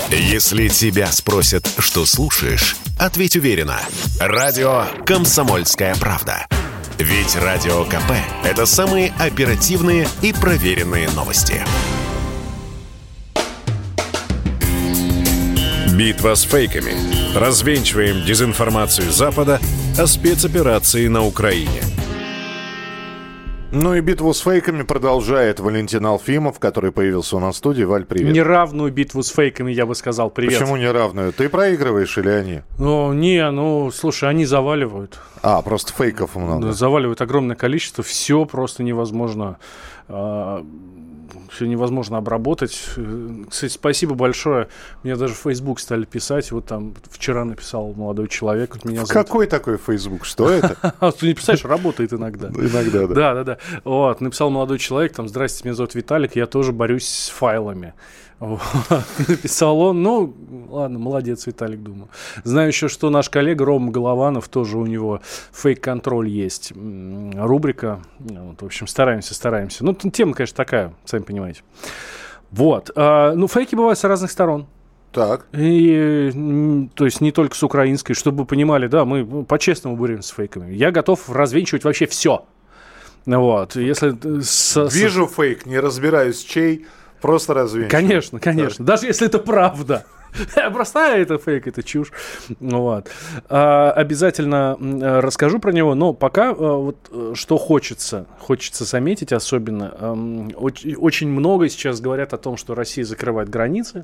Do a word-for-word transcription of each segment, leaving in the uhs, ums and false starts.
Если тебя спросят, что слушаешь, ответь уверенно. Радио «Комсомольская правда». Ведь Радио КП – это самые оперативные и проверенные новости. Битва с фейками. Развенчиваем дезинформацию Запада о спецоперации на Украине. Ну и битву с фейками продолжает Валентин Алфимов, который появился у нас в студии. Валь, привет. Неравную битву с фейками, я бы сказал. Привет. Почему неравную? Ты проигрываешь или они? Ну, не, ну, слушай, они заваливают. А, просто фейков много. Заваливают огромное количество. Все просто невозможно... Все невозможно обработать. Кстати, спасибо большое. Мне даже в Facebook стали писать. Вот там вчера написал молодой человек. Вот меня Какой такой Facebook? Что это? Ты не представляешь, работает иногда. Иногда, да. Да, да, да. Вот, написал молодой человек, там, здрасте, меня зовут Виталик, я тоже борюсь с файлами. Вот. Написал он, ну, ладно, молодец, Виталик, думаю. Знаю еще, что наш коллега Рома Голованов, тоже у него фейк-контроль есть. Рубрика. Вот, в общем, стараемся, стараемся. Ну, тема, конечно, такая, сами понимаете. Вот. А, ну, фейки бывают с разных сторон. Так. И, то есть не только с украинской, чтобы вы понимали, да, мы по-честному боремся с фейками. Я готов развенчивать вообще все. Вот. Если с, Вижу с... фейк, не разбираюсь, чей. Просто развенчиваю. Конечно, конечно. Так. Даже если это правда. Простая это фейк, это чушь. Вот. А, обязательно расскажу про него, но пока вот, что хочется, хочется заметить особенно. Очень, очень много сейчас говорят о том, что Россия закрывает границы,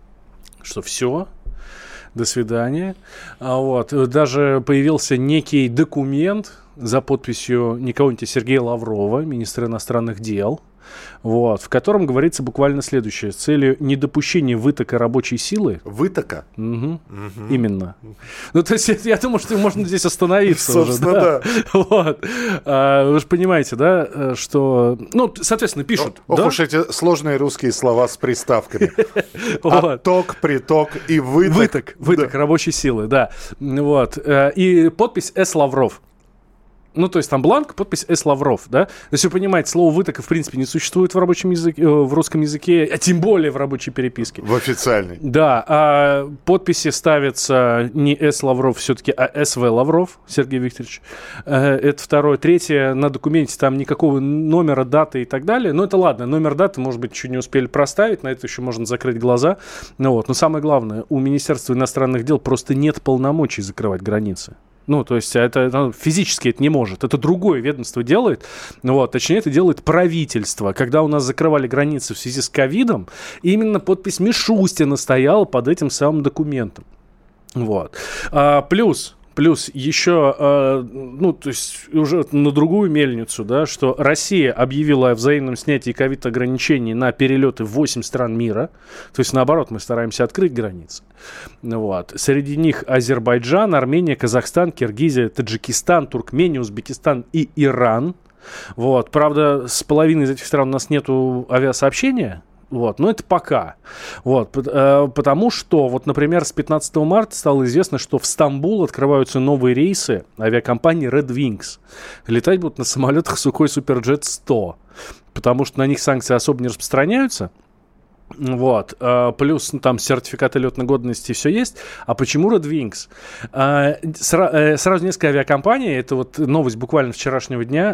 что все, до свидания. А, вот. Даже появился некий документ за подписью не кого-нибудь, а Сергея Лаврова, министра иностранных дел, вот, в котором говорится буквально следующее. С целью недопущения вытока рабочей силы... Вытока? Угу. Угу. Именно. Ну, то есть, я думаю, что можно здесь остановиться. Собственно, уже, да. да. Вот. А, вы же понимаете, да, что... Ну, соответственно, пишут. Ох да? уж эти сложные русские слова с приставками. Отток, приток и выток. Выток, выток рабочей силы, да. Вот. И подпись «С. Лавров». Ну, то есть там бланк, подпись «С. Лавров», да? То есть вы понимаете, слово «выток» в принципе не существует в рабочем языке, в русском языке, а тем более в рабочей переписке. В официальной. Да, а подписи ставятся не «С. Лавров» все-таки, а «С В. Лавров» Сергей Викторович. Это второе. Третье, на документе там никакого номера, даты и так далее. Ну, это ладно, номер даты, может быть, еще не успели проставить, на это еще можно закрыть глаза. Ну, вот. Но самое главное, у Министерства иностранных дел просто нет полномочий закрывать границы. Ну, то есть это, это физически это не может. Это другое ведомство делает. Вот, точнее, это делает правительство. Когда у нас закрывали границы в связи с ковидом, именно подпись Мишустина стояла под этим самым документом. Вот. А, плюс... Плюс еще, э, ну, то есть уже на другую мельницу, да, что Россия объявила о взаимном снятии ковид-ограничений на перелеты в восемь стран мира. То есть, наоборот, мы стараемся открыть границы. Вот. Среди них Азербайджан, Армения, Казахстан, Киргизия, Таджикистан, Туркмения, Узбекистан и Иран. Вот. Правда, с половиной из этих стран у нас нету авиасообщения. Вот, но это пока. Вот, потому что, вот, например, с пятнадцатого марта стало известно, что в Стамбул открываются новые рейсы авиакомпании Red Wings. Летать будут на самолетах Sukhoi Superjet сто, потому что на них санкции особо не распространяются. Вот, плюс ну, там сертификаты летной годности все есть. А почему Red Wings? Сразу несколько авиакомпаний, это вот новость буквально вчерашнего дня,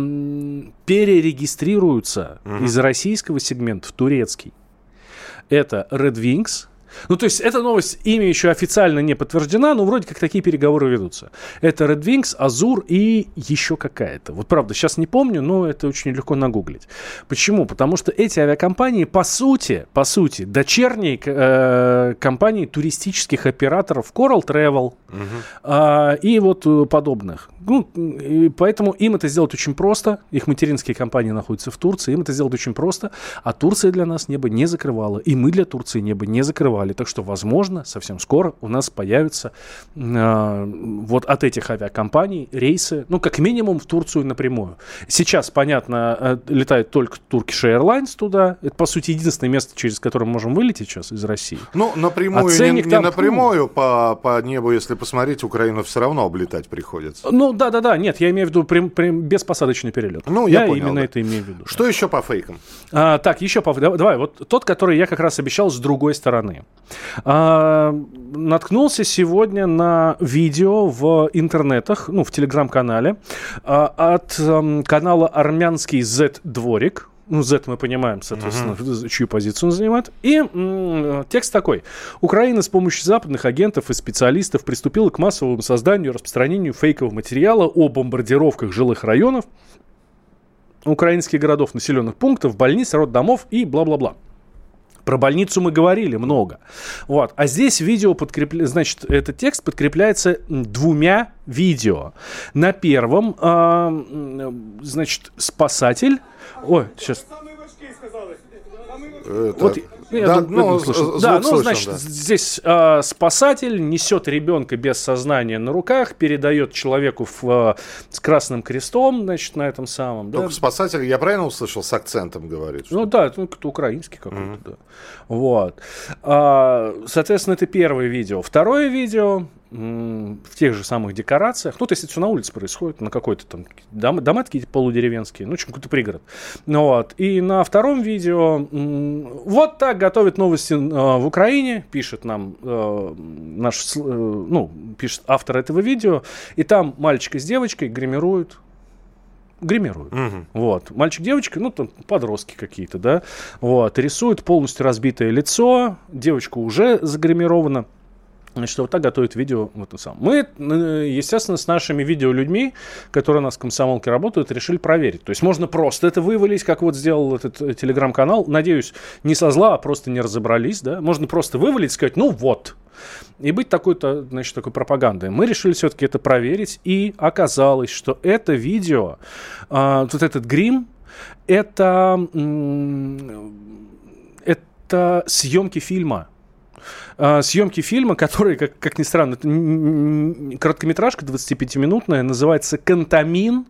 перерегистрируются mm-hmm. из российского сегмента в турецкий. Это Red Wings. Ну, то есть, эта новость, имя еще официально не подтверждена, но вроде как такие переговоры ведутся. Это Red Wings, Azur и еще какая-то. Вот правда, сейчас не помню, но это очень легко нагуглить. Почему? Потому что эти авиакомпании, по сути, по сути, дочерние э, компании туристических операторов Coral Travel uh-huh. э, и вот подобных. Ну, и поэтому им это сделать очень просто. Их материнские компании находятся в Турции. Им это сделать очень просто. А Турция для нас небо не закрывала. И мы для Турции небо не закрывали. Так что, возможно, совсем скоро у нас появятся э, вот от этих авиакомпаний рейсы, ну, как минимум, в Турцию напрямую. Сейчас, понятно, э, летает только Turkish Airlines туда. Это, по сути, единственное место, через которое мы можем вылететь сейчас из России. Ну, напрямую, а не, не там, напрямую ну, по, по небу, если посмотреть, Украину все равно облетать приходится. Ну, да-да-да, нет, я имею в виду прям, прям беспосадочный перелет. Ну, я, я понял, именно да. это имею в виду. Что еще по фейкам? А, так, еще по... Давай, вот тот, который я как раз обещал с другой стороны. А, наткнулся сегодня на видео в интернетах, ну, в телеграм-канале, а, от а, канала «Армянский Z-дворик». Ну, Z мы понимаем, соответственно, uh-huh. чью позицию он занимает. И м- текст такой. Украина с помощью западных агентов и специалистов приступила к массовому созданию и распространению фейкового материала о бомбардировках жилых районов, украинских городов, населенных пунктов, больниц, роддомов и бла-бла-бла. Про больницу мы говорили много. Вот. А здесь видео подкрепля... Значит, этот текст подкрепляется двумя видео. На первом, э, значит, спасатель... Ой, сейчас... Это... Вот, я да, думаю, ну, слышал. Да, ну, слышен, значит, да. здесь э, спасатель несет ребенка без сознания на руках, передает человеку в, э, с красным крестом, значит, на этом самом. Только да. спасатель, я правильно услышал, с акцентом говорит? Что... Ну да, ну, кто украинский какой-то, Mm-hmm. да. Вот. А, соответственно, это первое видео. Второе видео м- в тех же самых декорациях. Ну, то есть это все на улице происходит, на какой-то там дом, дома такие полудеревенские, ну, в общем, какой-то пригород. Ну, вот. И на втором видео м- вот так готовят новости э, в Украине, пишет нам э, наш, э, ну, пишет автор этого видео. И там мальчика с девочкой гримируют. Гримируют. Угу. Вот. Мальчик-девочка, ну, там подростки какие-то, да. Вот. Рисуют полностью разбитое лицо. Девочка уже загримирована. Значит, вот так готовят видео. Вот это самое. Мы, естественно, с нашими видеолюдьми, которые у нас в «Комсомолке» работают, решили проверить. То есть можно просто это вывалить, как вот сделал этот телеграм-канал. Надеюсь, не со зла, а просто не разобрались, да. Можно просто вывалить и сказать, ну вот. И быть такой-то, значит, такой пропагандой. Мы решили все-таки это проверить. И оказалось, что это видео, э, вот этот грим, это, э, это съемки фильма. Съемки фильма, которые, как, как ни странно, это короткометражка двадцатипятиминутная, называется «Контамин»,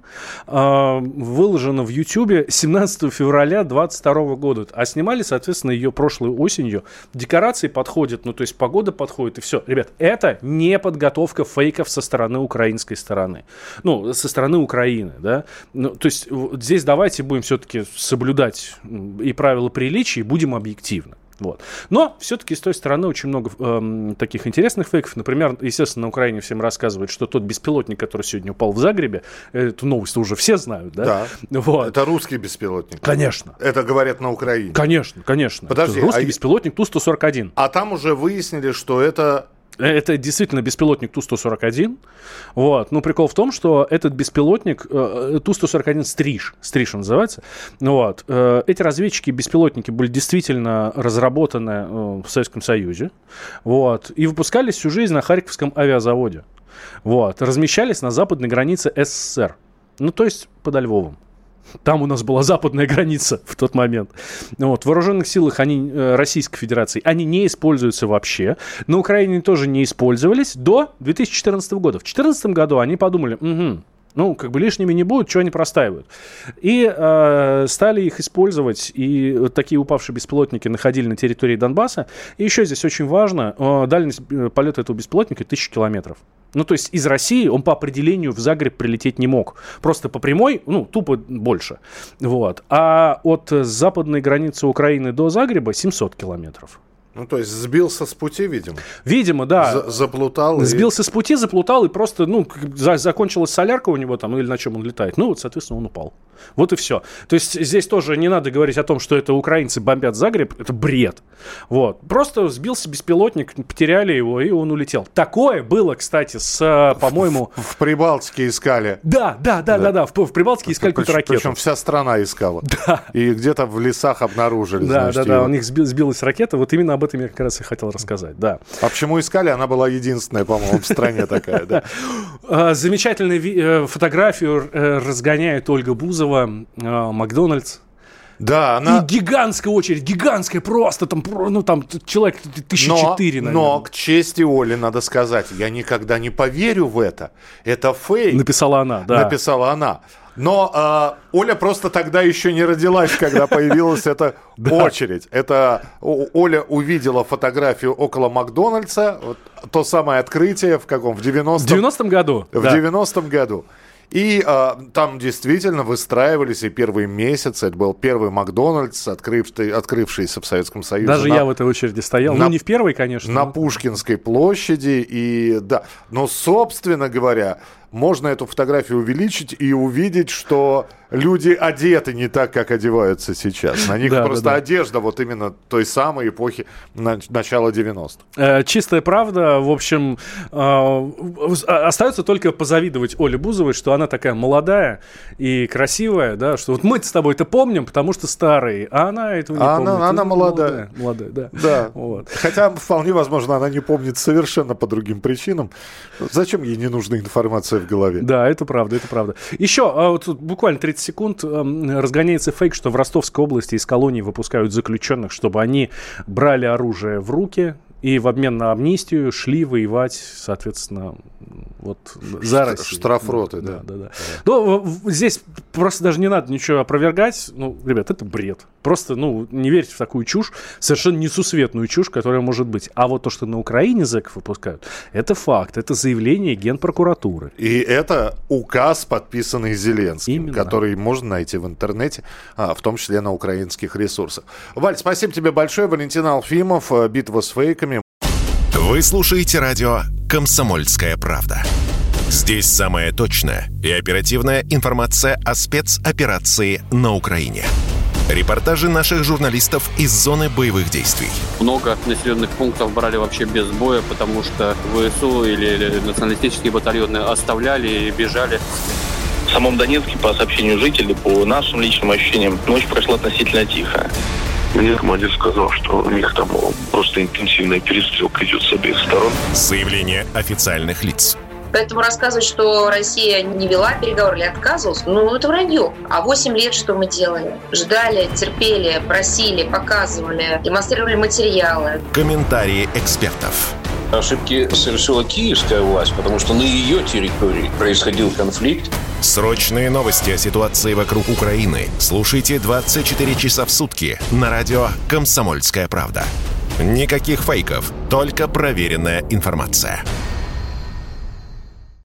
выложена в Ютьюбе семнадцатого февраля двадцать второго года. А снимали, соответственно, ее прошлой осенью. Декорации подходят, ну, то есть погода подходит, и все. Ребят, это не подготовка фейков со стороны украинской стороны. Ну, со стороны Украины, да. Ну, то есть здесь давайте будем все-таки соблюдать и правила приличия, и будем объективны. Вот. Но все-таки с той стороны очень много э, таких интересных фейков. Например, естественно, на Украине всем рассказывают, что тот беспилотник, который сегодня упал в Загребе, эту новость уже все знают, да? Да. Вот. Это русский беспилотник. Конечно. Это говорят на Украине. Конечно, конечно. Подожди, русский а... беспилотник Ту сто сорок один. А там уже выяснили, что это... Это действительно беспилотник Ту сто сорок один. Вот. Но прикол в том, что этот беспилотник, э, Ту сто сорок один Стриж, Стриж он называется. Вот. Э, эти разведчики-беспилотники были действительно разработаны э, в Советском Союзе. Вот. И выпускались всю жизнь на Харьковском авиазаводе. Вот. Размещались на западной границе СССР. Ну, то есть подо Львовом. Там у нас была западная граница в тот момент. Вот. В вооруженных силах они, Российской Федерации они не используются вообще. На Украине тоже не использовались до две тысячи четырнадцатого года. В две тысячи четырнадцатом году они подумали, угу, ну, как бы лишними не будут, что они простаивают. И э, стали их использовать. И вот такие упавшие беспилотники находили на территории Донбасса. И еще здесь очень важно, э, дальность полета этого беспилотника тысяча километров. Ну, то есть из России он по определению в Загреб прилететь не мог. Просто по прямой, ну, тупо больше. Вот. А от западной границы Украины до Загреба семьсот километров. Ну, то есть сбился с пути, видимо. Видимо, да. За- заплутал. Сбился и... с пути, заплутал, и просто, ну, за- закончилась солярка у него там, или на чем он летает. Ну, вот, соответственно, он упал. Вот и все. То есть здесь тоже не надо говорить о том, что это украинцы бомбят Загреб. Это бред. Вот. Просто сбился беспилотник, потеряли его, и он улетел. Такое было, кстати, с, по-моему... В, в Прибалтике искали. Да, да, да, да, да, да. В, в Прибалтике искали какую-то ракету. Причем вся страна искала. Да. И где-то в лесах обнаружили. Да, значит, да, да. его. У них сби- сбилась ракета. Вот именно об этом я как раз и хотел рассказать. Да. А почему искали? Она была единственная, по-моему, в стране такая. Да. Замечательную фотографию разгоняет Ольга Бузова, Макдональдс. Да, она... И гигантская очередь, гигантская просто, там, ну, там человек тысяча четыре, наверное. Но, к чести Оли надо сказать, я никогда не поверю в это. Это фейк. Написала она, да. Написала она. Но э, Оля просто тогда еще не родилась, когда появилась эта очередь. Это Оля увидела фотографию около Макдональдса, вот, то самое открытие в каком? В девяностом? В девяностом году. В да. девяностом году. И э, там действительно выстраивались и первые месяцы. Это был первый Макдональдс, открывший, открывшийся в Советском Союзе. Даже на, я в этой очереди стоял. на, ну, не в первой, конечно. На но... Пушкинской площади. И, да. Но, собственно говоря, можно эту фотографию увеличить и увидеть, что люди одеты не так, как одеваются сейчас. На них да, просто да, да. одежда вот именно той самой эпохи начала девяностых. Э, чистая правда. В общем, э, остается только позавидовать Оле Бузовой, что она такая молодая и красивая, да, что вот мы с тобой это помним, потому что старые, а она этого не а помнит. Она, она молодая. Молодая, молодая, да. да. Вот. Хотя, вполне возможно, она не помнит совершенно по другим причинам. Зачем ей не нужна информация в голове? Да, это правда, это правда. Еще, вот тут буквально тридцать секунд, разгоняется фейк, что в Ростовской области из колоний выпускают заключенных, чтобы они брали оружие в руки и в обмен на амнистию шли воевать, соответственно, вот за Россию. Штрафроты, да. Да, да, да. да. Но здесь просто даже не надо ничего опровергать. Ну, ребят, это бред. Просто, ну, не верьте в такую чушь, совершенно несусветную чушь, которая может быть. А вот то, что на Украине зэков выпускают, это факт, это заявление Генпрокуратуры. И это указ, подписанный Зеленским, Именно. который можно найти в интернете, а, в том числе на украинских ресурсах. Валь, спасибо тебе большое. Валентин Алфимов, «Битва с фейками». Вы слушаете радио «Комсомольская правда». Здесь самая точная и оперативная информация о спецоперации на Украине. Репортажи наших журналистов из зоны боевых действий. Много населенных пунктов брали вообще без боя, потому что ВСУ или, или националистические батальоны оставляли и бежали. В самом Донецке, по сообщению жителей, по нашим личным ощущениям, ночь прошла относительно тихо. Мне командир сказал, что у них там просто интенсивная перестрелка идет с обеих сторон. Заявление официальных лиц. Поэтому рассказывать, что Россия не вела переговоры или отказывалась, ну, это вранье. А восемь лет что мы делали? Ждали, терпели, просили, показывали, демонстрировали материалы. Комментарии экспертов. Ошибки совершила киевская власть, потому что на ее территории происходил конфликт. Срочные новости о ситуации вокруг Украины слушайте двадцать четыре часа в сутки на радио «Комсомольская правда». Никаких фейков, только проверенная информация.